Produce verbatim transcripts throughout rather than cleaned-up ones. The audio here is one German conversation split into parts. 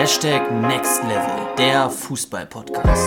Hashtag Next Level, der Fußball-Podcast.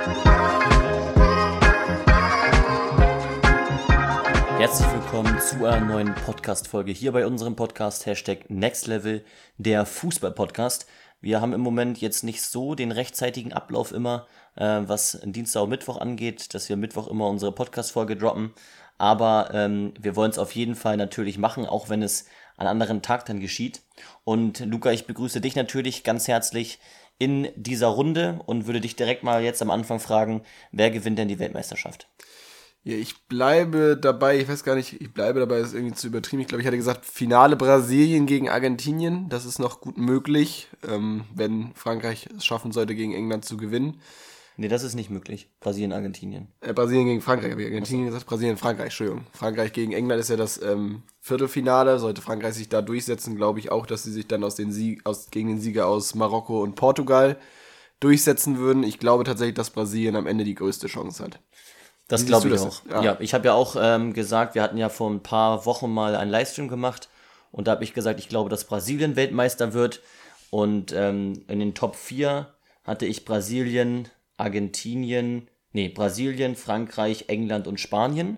Herzlich willkommen zu einer neuen Podcast-Folge hier bei unserem Podcast Hashtag Next Level, der Fußball-Podcast. Wir haben im Moment jetzt nicht so den rechtzeitigen Ablauf immer, äh, was Dienstag und Mittwoch angeht, dass wir Mittwoch immer unsere Podcast-Folge droppen. Aber ähm, wir wollen es auf jeden Fall natürlich machen, auch wenn es an einem anderen Tag dann geschieht. Und Luca, ich begrüße dich natürlich ganz herzlich in dieser Runde und würde dich direkt mal jetzt am Anfang fragen, wer gewinnt denn die Weltmeisterschaft? Ja, ich bleibe dabei, ich weiß gar nicht, ich bleibe dabei, das ist irgendwie zu übertrieben. Ich glaube, ich hatte gesagt, Finale Brasilien gegen Argentinien, das ist noch gut möglich, ähm, wenn Frankreich es schaffen sollte, gegen England zu gewinnen. Nee, das ist nicht möglich. Brasilien, Argentinien. Äh, Brasilien gegen Frankreich, habe ich Argentinien gesagt, Brasilien, Frankreich, Entschuldigung. Frankreich gegen England ist ja das ähm, Viertelfinale, sollte Frankreich sich da durchsetzen, glaube ich auch, dass sie sich dann aus den Sieg, aus, gegen den Sieger aus Marokko und Portugal durchsetzen würden. Ich glaube tatsächlich, dass Brasilien am Ende die größte Chance hat. Das glaube ich das auch. Ja. ja, ich habe ja auch ähm, gesagt, wir hatten ja vor ein paar Wochen mal einen Livestream gemacht und da habe ich gesagt, ich glaube, dass Brasilien Weltmeister wird und ähm, in den Top vier hatte ich Brasilien, Argentinien, nee, Brasilien, Frankreich, England und Spanien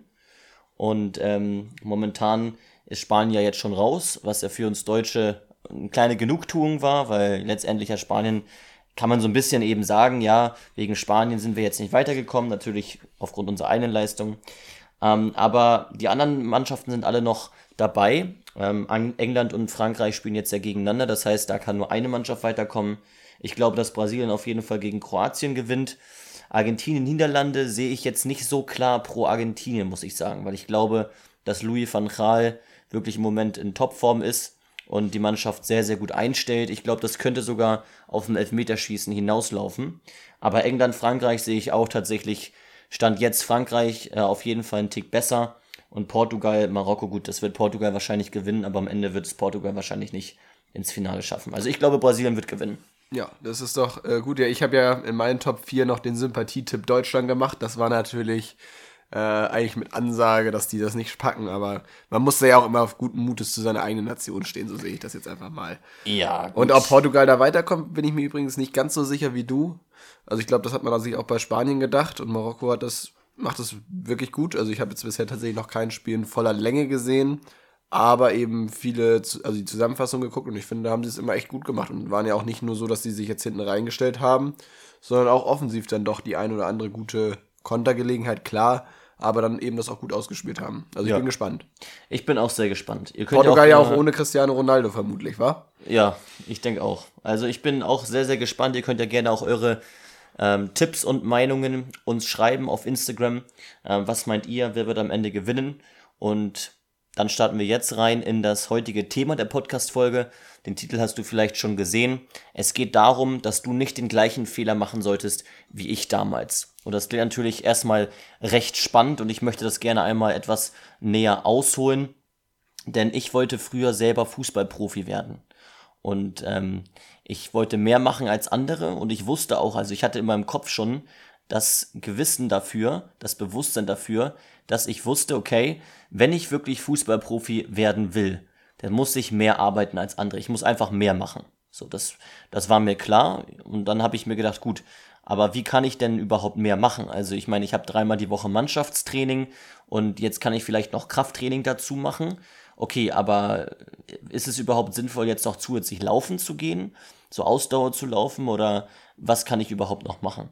und ähm, momentan ist Spanien ja jetzt schon raus, was ja für uns Deutsche eine kleine Genugtuung war, weil letztendlich ja Spanien, kann man so ein bisschen eben sagen, ja, wegen Spanien sind wir jetzt nicht weitergekommen, natürlich aufgrund unserer eigenen Leistung. Ähm, aber die anderen Mannschaften sind alle noch dabei. Ähm, England und Frankreich spielen jetzt ja gegeneinander, das heißt, da kann nur eine Mannschaft weiterkommen. Ich glaube, dass Brasilien auf jeden Fall gegen Kroatien gewinnt. Argentinien, Niederlande sehe ich jetzt nicht so klar pro Argentinien, muss ich sagen, weil ich glaube, dass Louis van Gaal wirklich im Moment in Topform ist und die Mannschaft sehr, sehr gut einstellt. Ich glaube, das könnte sogar auf dem Elfmeterschießen hinauslaufen. Aber England, Frankreich sehe ich auch tatsächlich, Stand jetzt Frankreich äh, auf jeden Fall einen Tick besser. Und Portugal, Marokko, gut, das wird Portugal wahrscheinlich gewinnen, aber am Ende wird es Portugal wahrscheinlich nicht ins Finale schaffen. Also ich glaube, Brasilien wird gewinnen. Ja, das ist doch äh, gut. Ja, ich habe ja in meinen Top vier noch den Sympathietipp Deutschland gemacht. Das war natürlich äh, eigentlich mit Ansage, dass die das nicht packen, aber man muss ja auch immer auf guten Mutes zu seiner eigenen Nation stehen, so sehe ich das jetzt einfach mal. Ja, gut. Und ob Portugal da weiterkommt, bin ich mir übrigens nicht ganz so sicher wie du. Also ich glaube, das hat man sich auch bei Spanien gedacht und Marokko hat das, macht das wirklich gut. Also ich habe jetzt bisher tatsächlich noch kein Spiel in voller Länge gesehen, aber eben viele, also die Zusammenfassung geguckt und ich finde, da haben sie es immer echt gut gemacht und waren ja auch nicht nur so, dass sie sich jetzt hinten reingestellt haben, sondern auch offensiv dann doch die ein oder andere gute Kontergelegenheit, klar, aber dann eben das auch gut ausgespielt haben. Also ich Ja. bin gespannt. Ich bin auch sehr gespannt. Ihr könnt Portugal ja auch äh, ohne Cristiano Ronaldo vermutlich, wa? Ja, ich denke auch. Also ich bin auch sehr, sehr gespannt. Ihr könnt ja gerne auch eure ähm, Tipps und Meinungen uns schreiben auf Instagram. Ähm, was meint ihr, wer wird am Ende gewinnen? Und dann starten wir jetzt rein in das heutige Thema der Podcast-Folge. Den Titel hast du vielleicht schon gesehen. Es geht darum, dass du nicht den gleichen Fehler machen solltest wie ich damals. Und das klingt natürlich erstmal recht spannend und ich möchte das gerne einmal etwas näher ausholen, denn ich wollte früher selber Fußballprofi werden. Und ähm, ich wollte mehr machen als andere und ich wusste auch, also ich hatte in meinem Kopf schon das Gewissen dafür, das Bewusstsein dafür, dass ich wusste, okay, wenn ich wirklich Fußballprofi werden will, dann muss ich mehr arbeiten als andere. Ich muss einfach mehr machen. So, das, das war mir klar und dann habe ich mir gedacht, gut, aber wie kann ich denn überhaupt mehr machen? Also ich meine, ich habe dreimal die Woche Mannschaftstraining und jetzt kann ich vielleicht noch Krafttraining dazu machen. Okay, aber ist es überhaupt sinnvoll, jetzt noch zusätzlich laufen zu gehen, so Ausdauer zu laufen oder was kann ich überhaupt noch machen?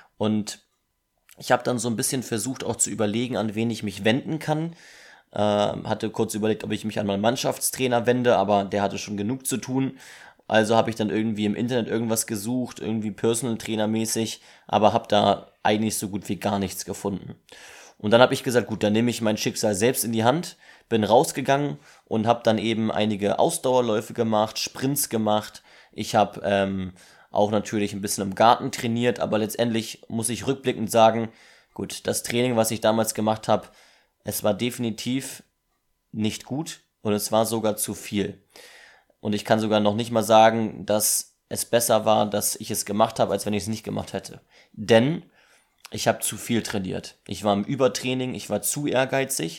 Und ich habe dann so ein bisschen versucht auch zu überlegen, an wen ich mich wenden kann. Äh, hatte kurz überlegt, ob ich mich an meinen Mannschaftstrainer wende, aber der hatte schon genug zu tun. Also habe ich dann irgendwie im Internet irgendwas gesucht, irgendwie Personal Trainer mäßig, aber habe da eigentlich so gut wie gar nichts gefunden. Und dann habe ich gesagt, gut, dann nehme ich mein Schicksal selbst in die Hand, bin rausgegangen und habe dann eben einige Ausdauerläufe gemacht, Sprints gemacht. Ich habe ähm, auch natürlich ein bisschen im Garten trainiert, aber letztendlich muss ich rückblickend sagen, gut, das Training, was ich damals gemacht habe, es war definitiv nicht gut und es war sogar zu viel. Und ich kann sogar noch nicht mal sagen, dass es besser war, dass ich es gemacht habe, als wenn ich es nicht gemacht hätte. Denn ich habe zu viel trainiert. Ich war im Übertraining, ich war zu ehrgeizig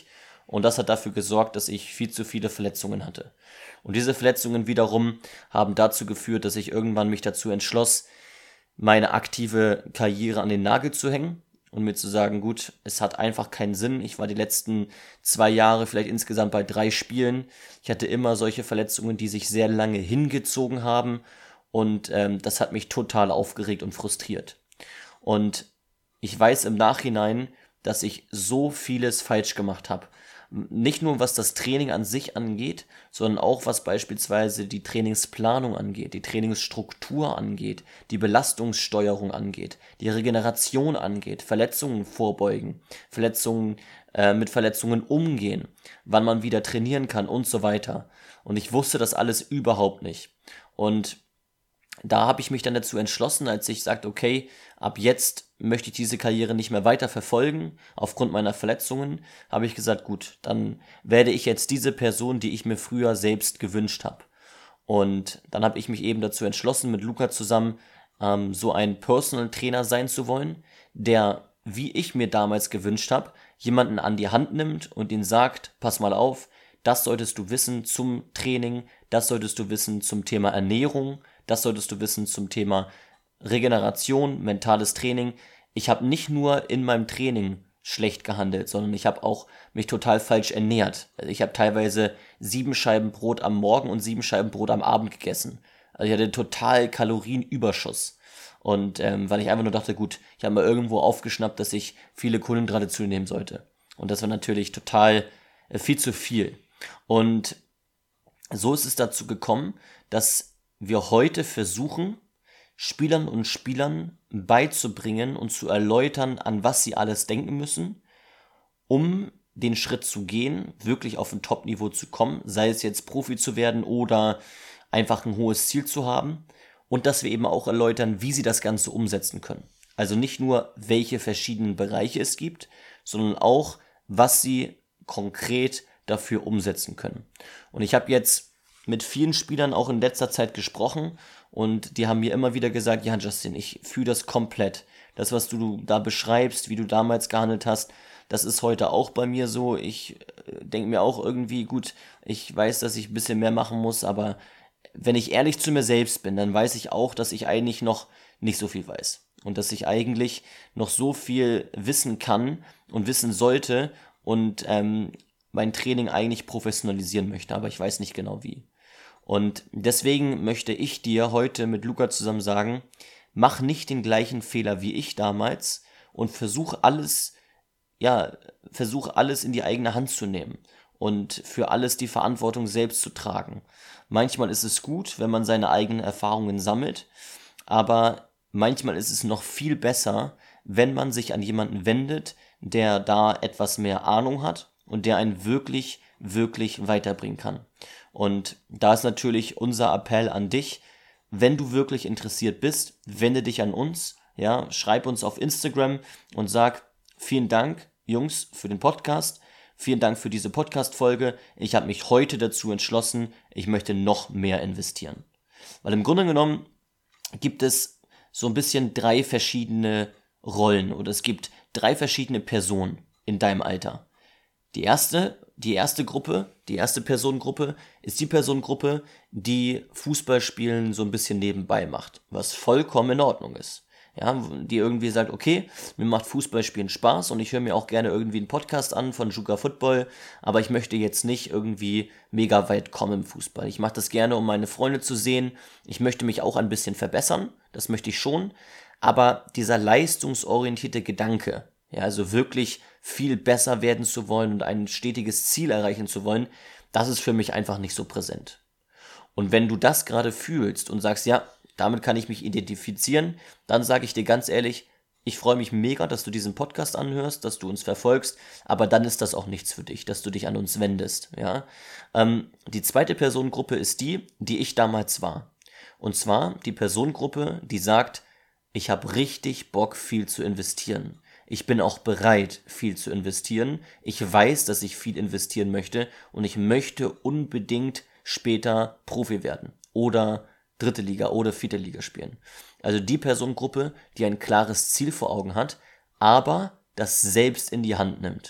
Und das hat dafür gesorgt, dass ich viel zu viele Verletzungen hatte. Und diese Verletzungen wiederum haben dazu geführt, dass ich irgendwann mich dazu entschloss, meine aktive Karriere an den Nagel zu hängen und mir zu sagen, gut, es hat einfach keinen Sinn. Ich war die letzten zwei Jahre vielleicht insgesamt bei drei Spielen. Ich hatte immer solche Verletzungen, die sich sehr lange hingezogen haben und ähm, das hat mich total aufgeregt und frustriert. Und ich weiß im Nachhinein, dass ich so vieles falsch gemacht habe. Nicht nur was das Training an sich angeht, sondern auch was beispielsweise die Trainingsplanung angeht, die Trainingsstruktur angeht, die Belastungssteuerung angeht, die Regeneration angeht, Verletzungen vorbeugen, Verletzungen äh, mit Verletzungen umgehen, wann man wieder trainieren kann und so weiter. Und ich wusste das alles überhaupt nicht. Und da habe ich mich dann dazu entschlossen, als ich sagte, okay, ab jetzt möchte ich diese Karriere nicht mehr weiter verfolgen, aufgrund meiner Verletzungen, habe ich gesagt, gut, dann werde ich jetzt diese Person, die ich mir früher selbst gewünscht habe. Und dann habe ich mich eben dazu entschlossen, mit Luca zusammen ähm, so ein Personal Trainer sein zu wollen, der, wie ich mir damals gewünscht habe, jemanden an die Hand nimmt und ihn sagt, pass mal auf, das solltest du wissen zum Training, das solltest du wissen zum Thema Ernährung, das solltest du wissen zum Thema Regeneration, mentales Training. Ich habe nicht nur in meinem Training schlecht gehandelt, sondern ich habe auch mich total falsch ernährt. Also ich habe teilweise sieben Scheiben Brot am Morgen und sieben Scheiben Brot am Abend gegessen. Also ich hatte total Kalorienüberschuss. Und ähm, weil ich einfach nur dachte, gut, ich habe mal irgendwo aufgeschnappt, dass ich viele Kohlenhydrate zunehmen sollte. Und das war natürlich total äh, viel zu viel. Und so ist es dazu gekommen, dass wir heute versuchen, Spielern und Spielern beizubringen und zu erläutern, an was sie alles denken müssen, um den Schritt zu gehen, wirklich auf ein Top-Niveau zu kommen, sei es jetzt Profi zu werden oder einfach ein hohes Ziel zu haben, und dass wir eben auch erläutern, wie sie das Ganze umsetzen können. Also nicht nur, welche verschiedenen Bereiche es gibt, sondern auch, was sie konkret dafür umsetzen können. Und ich habe jetzt mit vielen Spielern auch in letzter Zeit gesprochen und die haben mir immer wieder gesagt, ja Justin, ich fühle das komplett. Das, was du da beschreibst, wie du damals gehandelt hast, das ist heute auch bei mir so. Ich denke mir auch irgendwie, gut, ich weiß, dass ich ein bisschen mehr machen muss, aber wenn ich ehrlich zu mir selbst bin, dann weiß ich auch, dass ich eigentlich noch nicht so viel weiß. Und dass ich eigentlich noch so viel wissen kann und wissen sollte und ähm, mein Training eigentlich professionalisieren möchte, aber ich weiß nicht genau wie. Und deswegen möchte ich dir heute mit Luca zusammen sagen, mach nicht den gleichen Fehler wie ich damals und versuch alles, ja, versuch alles in die eigene Hand zu nehmen und für alles die Verantwortung selbst zu tragen. Manchmal ist es gut, wenn man seine eigenen Erfahrungen sammelt, aber manchmal ist es noch viel besser, wenn man sich an jemanden wendet, der da etwas mehr Ahnung hat und der einen wirklich, wirklich weiterbringen kann. Und da ist natürlich unser Appell an dich, wenn du wirklich interessiert bist, wende dich an uns, ja, schreib uns auf Instagram und sag, vielen Dank, Jungs, für den Podcast, vielen Dank für diese Podcast-Folge, ich habe mich heute dazu entschlossen, ich möchte noch mehr investieren. Weil im Grunde genommen gibt es so ein bisschen drei verschiedene Rollen oder es gibt drei verschiedene Personen in deinem Alter. Die erste, die erste Gruppe, die erste Personengruppe ist die Personengruppe, die Fußballspielen so ein bisschen nebenbei macht, was vollkommen in Ordnung ist. Ja, die irgendwie sagt, okay, mir macht Fußballspielen Spaß und ich höre mir auch gerne irgendwie einen Podcast an von Juga Football, aber ich möchte jetzt nicht irgendwie mega weit kommen im Fußball. Ich mache das gerne, um meine Freunde zu sehen. Ich möchte mich auch ein bisschen verbessern, das möchte ich schon, aber dieser leistungsorientierte Gedanke, ja, also wirklich viel besser werden zu wollen und ein stetiges Ziel erreichen zu wollen, das ist für mich einfach nicht so präsent. Und wenn du das gerade fühlst und sagst, ja, damit kann ich mich identifizieren, dann sage ich dir ganz ehrlich, ich freue mich mega, dass du diesen Podcast anhörst, dass du uns verfolgst, aber dann ist das auch nichts für dich, dass du dich an uns wendest. Ja? Ähm, die zweite Personengruppe ist die, die ich damals war. Und zwar die Personengruppe, die sagt, ich habe richtig Bock, viel zu investieren. Ich bin auch bereit, viel zu investieren. Ich weiß, dass ich viel investieren möchte und ich möchte unbedingt später Profi werden oder dritte Liga oder vierte Liga spielen. Also die Personengruppe, die ein klares Ziel vor Augen hat, aber das selbst in die Hand nimmt.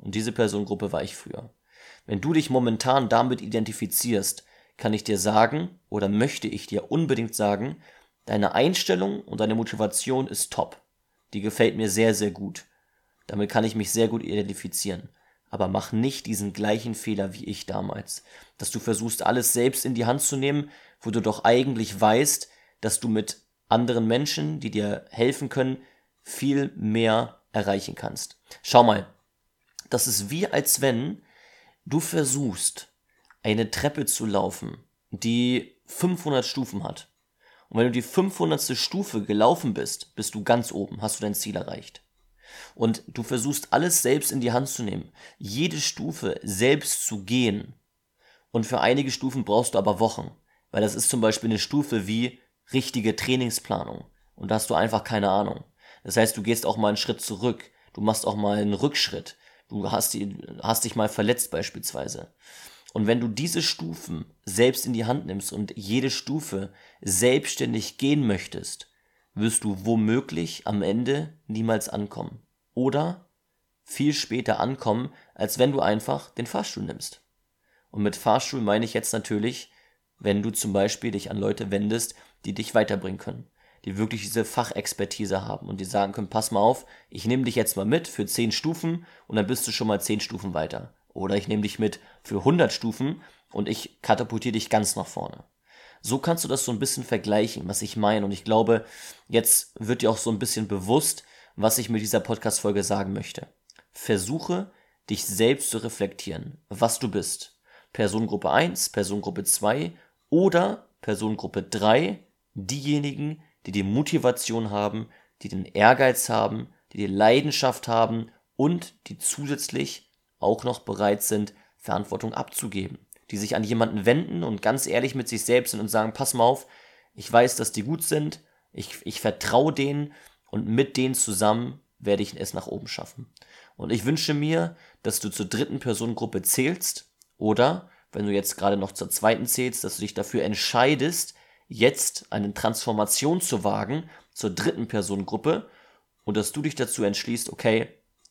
Und diese Personengruppe war ich früher. Wenn du dich momentan damit identifizierst, kann ich dir sagen oder möchte ich dir unbedingt sagen, deine Einstellung und deine Motivation ist top. Die gefällt mir sehr, sehr gut. Damit kann ich mich sehr gut identifizieren. Aber mach nicht diesen gleichen Fehler wie ich damals, dass du versuchst, alles selbst in die Hand zu nehmen, wo du doch eigentlich weißt, dass du mit anderen Menschen, die dir helfen können, viel mehr erreichen kannst. Schau mal, das ist wie als wenn du versuchst, eine Treppe zu laufen, die fünfhundert Stufen hat. Und wenn du die fünfhundertste Stufe gelaufen bist, bist du ganz oben, hast du dein Ziel erreicht. Und du versuchst alles selbst in die Hand zu nehmen, jede Stufe selbst zu gehen. Und für einige Stufen brauchst du aber Wochen, weil das ist zum Beispiel eine Stufe wie richtige Trainingsplanung. Und da hast du einfach keine Ahnung. Das heißt, du gehst auch mal einen Schritt zurück, du machst auch mal einen Rückschritt, du hast, die, hast dich mal verletzt beispielsweise. Und wenn du diese Stufen selbst in die Hand nimmst und jede Stufe selbstständig gehen möchtest, wirst du womöglich am Ende niemals ankommen. Oder viel später ankommen, als wenn du einfach den Fahrstuhl nimmst. Und mit Fahrstuhl meine ich jetzt natürlich, wenn du zum Beispiel dich an Leute wendest, die dich weiterbringen können, die wirklich diese Fachexpertise haben und die sagen können, pass mal auf, ich nehme dich jetzt mal mit für zehn Stufen und dann bist du schon mal zehn Stufen weiter. Oder ich nehme dich mit für hundert Stufen und ich katapultiere dich ganz nach vorne. So kannst du das so ein bisschen vergleichen, was ich meine. Und ich glaube, jetzt wird dir auch so ein bisschen bewusst, was ich mit dieser Podcast-Folge sagen möchte. Versuche, dich selbst zu reflektieren, was du bist. Personengruppe eins, Personengruppe zwei oder Personengruppe drei, diejenigen, die die Motivation haben, die den Ehrgeiz haben, die die Leidenschaft haben und die zusätzlich auch noch bereit sind, Verantwortung abzugeben. Die sich an jemanden wenden und ganz ehrlich mit sich selbst sind und sagen, pass mal auf, ich weiß, dass die gut sind, ich, ich vertraue denen und mit denen zusammen werde ich es nach oben schaffen. Und ich wünsche mir, dass du zur dritten Personengruppe zählst oder, wenn du jetzt gerade noch zur zweiten zählst, dass du dich dafür entscheidest, jetzt eine Transformation zu wagen zur dritten Personengruppe und dass du dich dazu entschließt, okay,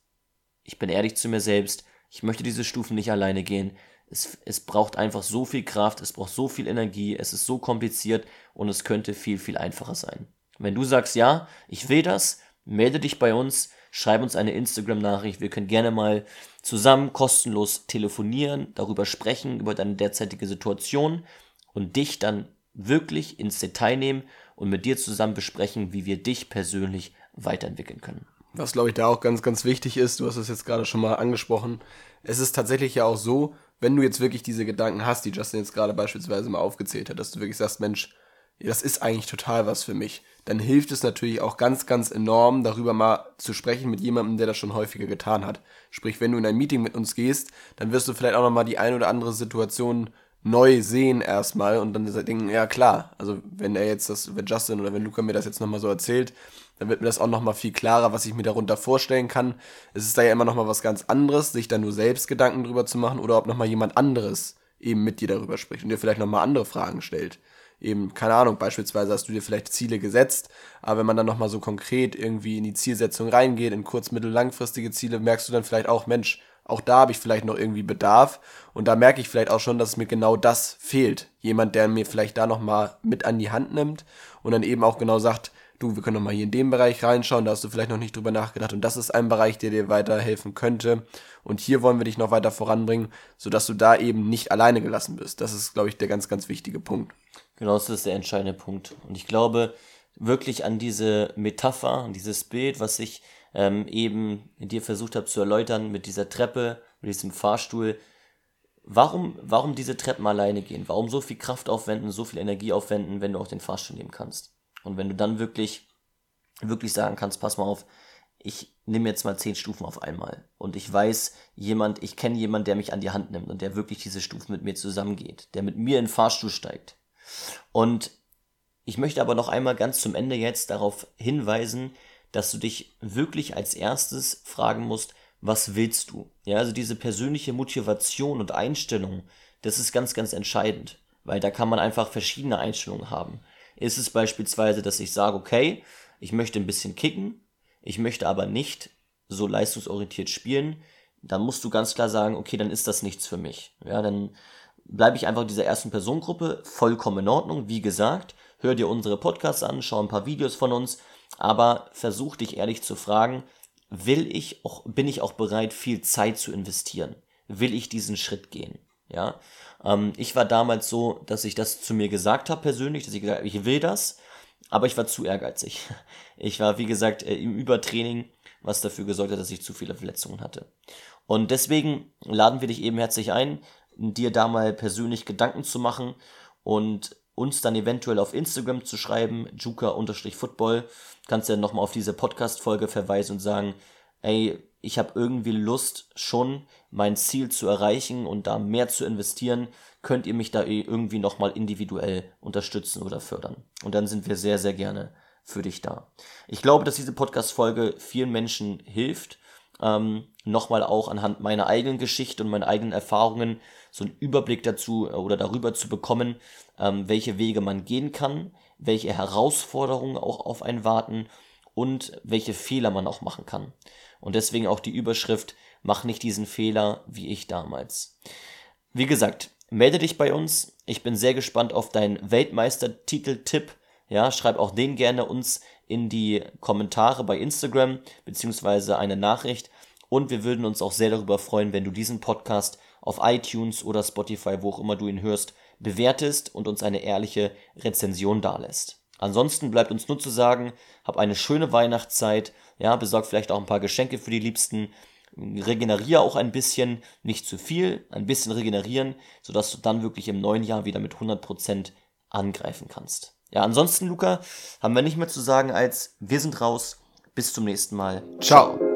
ich bin ehrlich zu mir selbst, ich möchte diese Stufen nicht alleine gehen. Es, es braucht einfach so viel Kraft, es braucht so viel Energie, es ist so kompliziert und es könnte viel, viel einfacher sein. Wenn du sagst, ja, ich will das, melde dich bei uns, schreib uns eine Instagram-Nachricht, wir können gerne mal zusammen kostenlos telefonieren, darüber sprechen, über deine derzeitige Situation und dich dann wirklich ins Detail nehmen und mit dir zusammen besprechen, wie wir dich persönlich weiterentwickeln können. Was, glaube ich, da auch ganz, ganz wichtig ist, du hast es jetzt gerade schon mal angesprochen, es ist tatsächlich ja auch so, wenn du jetzt wirklich diese Gedanken hast, die Justin jetzt gerade beispielsweise mal aufgezählt hat, dass du wirklich sagst, Mensch, das ist eigentlich total was für mich, dann hilft es natürlich auch ganz, ganz enorm, darüber mal zu sprechen mit jemandem, der das schon häufiger getan hat. Sprich, wenn du in ein Meeting mit uns gehst, dann wirst du vielleicht auch nochmal die ein oder andere Situation neu sehen erstmal und dann denken, ja klar, also wenn er jetzt das, wenn Justin oder wenn Luca mir das jetzt nochmal so erzählt, dann wird mir das auch nochmal viel klarer, was ich mir darunter vorstellen kann. Es ist da ja immer nochmal was ganz anderes, sich da nur selbst Gedanken drüber zu machen oder ob nochmal jemand anderes eben mit dir darüber spricht und dir vielleicht nochmal andere Fragen stellt. Eben, keine Ahnung, beispielsweise hast du dir vielleicht Ziele gesetzt, aber wenn man dann nochmal so konkret irgendwie in die Zielsetzung reingeht, in kurz-, mittel-, langfristige Ziele, merkst du dann vielleicht auch, Mensch, auch da habe ich vielleicht noch irgendwie Bedarf und da merke ich vielleicht auch schon, dass mir genau das fehlt. Jemand, der mir vielleicht da nochmal mit an die Hand nimmt und dann eben auch genau sagt, du, wir können nochmal hier in den Bereich reinschauen, da hast du vielleicht noch nicht drüber nachgedacht und das ist ein Bereich, der dir weiterhelfen könnte und hier wollen wir dich noch weiter voranbringen, sodass du da eben nicht alleine gelassen bist. Das ist, glaube ich, der ganz, ganz wichtige Punkt. Genau, das ist der entscheidende Punkt. Und ich glaube wirklich an diese Metapher, an dieses Bild, was ich ähm, eben dir versucht habe zu erläutern mit dieser Treppe, mit diesem Fahrstuhl. Warum, warum diese Treppen alleine gehen? Warum so viel Kraft aufwenden, so viel Energie aufwenden, wenn du auch den Fahrstuhl nehmen kannst? Und wenn du dann wirklich, wirklich sagen kannst, pass mal auf, ich nehme jetzt mal zehn Stufen auf einmal. Und ich weiß, jemand, ich kenne jemanden, der mich an die Hand nimmt und der wirklich diese Stufen mit mir zusammengeht, der mit mir in den Fahrstuhl steigt. Und ich möchte aber noch einmal ganz zum Ende jetzt darauf hinweisen, dass du dich wirklich als erstes fragen musst, was willst du? Ja, also diese persönliche Motivation und Einstellung, das ist ganz, ganz entscheidend, weil da kann man einfach verschiedene Einstellungen haben. Ist es beispielsweise, dass ich sage, okay, ich möchte ein bisschen kicken, ich möchte aber nicht so leistungsorientiert spielen, dann musst du ganz klar sagen, okay, dann ist das nichts für mich. Ja, dann bleibe ich einfach in dieser ersten Personengruppe, vollkommen in Ordnung. Wie gesagt, hör dir unsere Podcasts an, schau ein paar Videos von uns, aber versuch dich ehrlich zu fragen, will ich auch, bin ich auch bereit, viel Zeit zu investieren? Will ich diesen Schritt gehen? Ja, ähm, ich war damals so, dass ich das zu mir gesagt habe persönlich, dass ich gesagt habe, ich will das, aber ich war zu ehrgeizig. Ich war, wie gesagt, äh, im Übertraining, was dafür gesorgt hat, dass ich zu viele Verletzungen hatte. Und deswegen laden wir dich eben herzlich ein, dir da mal persönlich Gedanken zu machen und uns dann eventuell auf Instagram zu schreiben, juka-football. Kannst ja nochmal auf diese Podcast-Folge verweisen und sagen, ey, ich habe irgendwie Lust, schon mein Ziel zu erreichen und da mehr zu investieren. Könnt ihr mich da irgendwie nochmal individuell unterstützen oder fördern? Und dann sind wir sehr, sehr gerne für dich da. Ich glaube, dass diese Podcast-Folge vielen Menschen hilft, ähm, nochmal auch anhand meiner eigenen Geschichte und meiner eigenen Erfahrungen so einen Überblick dazu oder darüber zu bekommen, ähm, welche Wege man gehen kann, welche Herausforderungen auch auf einen warten und welche Fehler man auch machen kann. Und deswegen auch die Überschrift, mach nicht diesen Fehler wie ich damals. Wie gesagt, melde dich bei uns. Ich bin sehr gespannt auf deinen Weltmeistertitel-Tipp. Ja, schreib auch den gerne uns in die Kommentare bei Instagram, beziehungsweise eine Nachricht. Und wir würden uns auch sehr darüber freuen, wenn du diesen Podcast auf iTunes oder Spotify, wo auch immer du ihn hörst, bewertest und uns eine ehrliche Rezension dalässt. Ansonsten bleibt uns nur zu sagen, hab eine schöne Weihnachtszeit, ja, besorg vielleicht auch ein paar Geschenke für die Liebsten, regeneriere auch ein bisschen, nicht zu viel, ein bisschen regenerieren, sodass du dann wirklich im neuen Jahr wieder mit hundert Prozent angreifen kannst. Ja, ansonsten, Luca, haben wir nicht mehr zu sagen als wir sind raus, bis zum nächsten Mal. Ciao.